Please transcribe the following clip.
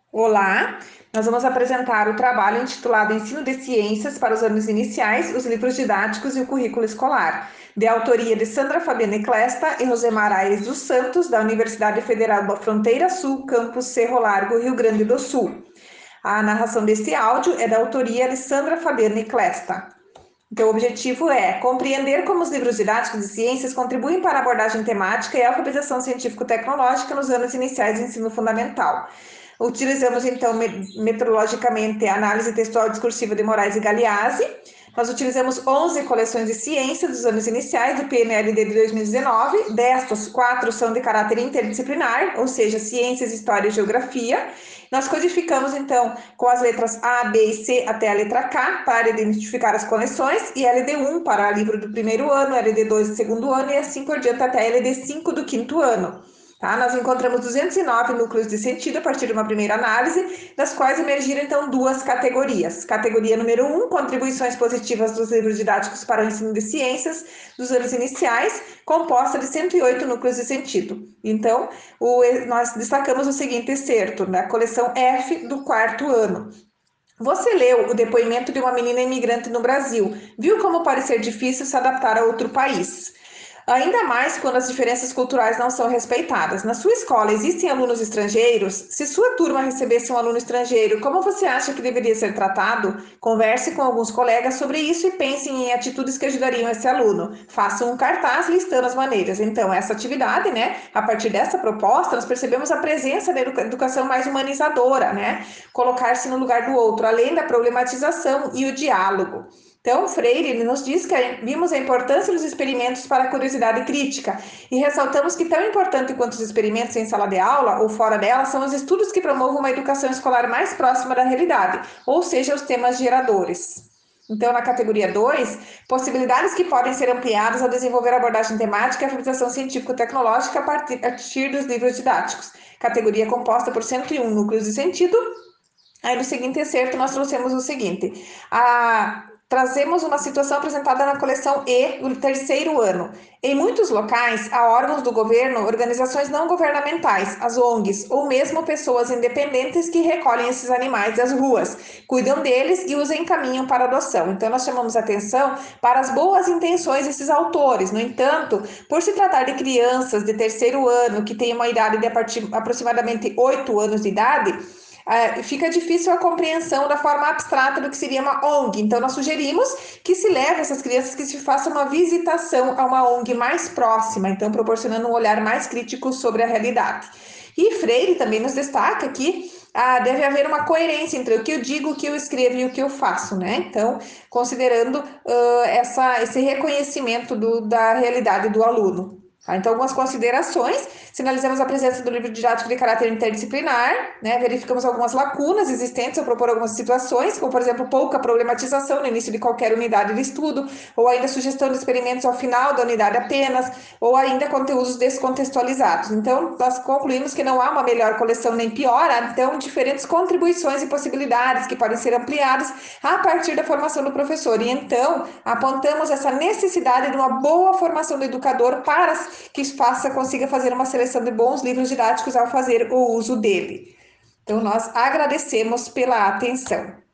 Olá, nós vamos apresentar o trabalho intitulado Ensino de Ciências para os Anos Iniciais, os livros didáticos e o currículo escolar, de autoria de Sandra Fabiane Clesta e Rosemar Aires dos Santos, da Universidade Federal da Fronteira Sul, campus Cerro Largo, Rio Grande do Sul. A narração deste áudio é da autoria de Sandra Fabiane Clesta. Então, o objetivo é compreender como os livros didáticos de ciências contribuem para a abordagem temática e a alfabetização científico-tecnológica nos anos iniciais do ensino fundamental. Utilizamos, então, metodologicamente a análise textual discursiva de Moraes e Galeazzi. Nós utilizamos 11 coleções de ciências dos anos iniciais do PNLD de 2019. Destas, 4 são de caráter interdisciplinar, ou seja, ciências, história e geografia. Nós codificamos, então, com as letras A, B e C até a letra K para identificar as coleções e LD1 para livro do primeiro ano, LD2 do segundo ano e assim por diante até LD5 do quinto ano. Tá? Nós encontramos 209 núcleos de sentido a partir de uma primeira análise, das quais emergiram, então, duas categorias. Categoria número 1, contribuições positivas dos livros didáticos para o ensino de ciências dos anos iniciais, composta de 108 núcleos de sentido. Então, nós destacamos o seguinte excerto, da coleção F do quarto ano. Você leu o depoimento de uma menina imigrante no Brasil. Viu como pode ser difícil se adaptar a outro país? Ainda mais quando as diferenças culturais não são respeitadas. Na sua escola existem alunos estrangeiros? Se sua turma recebesse um aluno estrangeiro, como você acha que deveria ser tratado? Converse com alguns colegas sobre isso e pense em atitudes que ajudariam esse aluno. Faça um cartaz listando as maneiras. Então, essa atividade, né, a partir dessa proposta, nós percebemos a presença da educação mais humanizadora, né? Colocar-se no lugar do outro, além da problematização e o diálogo. Então, Freire nos diz que vimos a importância dos experimentos para a curiosidade crítica e ressaltamos que tão importante quanto os experimentos em sala de aula ou fora dela são os estudos que promovam uma educação escolar mais próxima da realidade, ou seja, os temas geradores. Então, na categoria 2, possibilidades que podem ser ampliadas ao desenvolver a abordagem temática e a alfabetização científico-tecnológica a partir dos livros didáticos. Categoria composta por 101 núcleos de sentido. Aí no seguinte excerto nós trouxemos o seguinte: trazemos uma situação apresentada na coleção E do terceiro ano. Em muitos locais, há órgãos do governo, organizações não governamentais, as ONGs, ou mesmo pessoas independentes que recolhem esses animais das ruas, cuidam deles e os encaminham para adoção. Então, nós chamamos atenção para as boas intenções desses autores. No entanto, por se tratar de crianças de terceiro ano, que têm uma idade de aproximadamente 8 anos de idade, fica difícil a compreensão da forma abstrata do que seria uma ONG. Então, nós sugerimos que se leve essas crianças, que se faça uma visitação a uma ONG mais próxima, então proporcionando um olhar mais crítico sobre a realidade. E Freire também nos destaca que deve haver uma coerência entre o que eu digo, o que eu escrevo e o que eu faço, né? Então, considerando esse reconhecimento da realidade do aluno. Então, algumas considerações: sinalizamos a presença do livro didático de caráter interdisciplinar, né? Verificamos algumas lacunas existentes ao propor algumas situações, como, por exemplo, pouca problematização no início de qualquer unidade de estudo, ou ainda sugestão de experimentos ao final da unidade apenas, ou ainda conteúdos descontextualizados. Então, nós concluímos que não há uma melhor coleção nem pior, há, então, diferentes contribuições e possibilidades que podem ser ampliadas a partir da formação do professor. E, então, apontamos essa necessidade de uma boa formação do educador para que consiga fazer uma seleção de bons livros didáticos ao fazer o uso dele. Então, nós agradecemos pela atenção.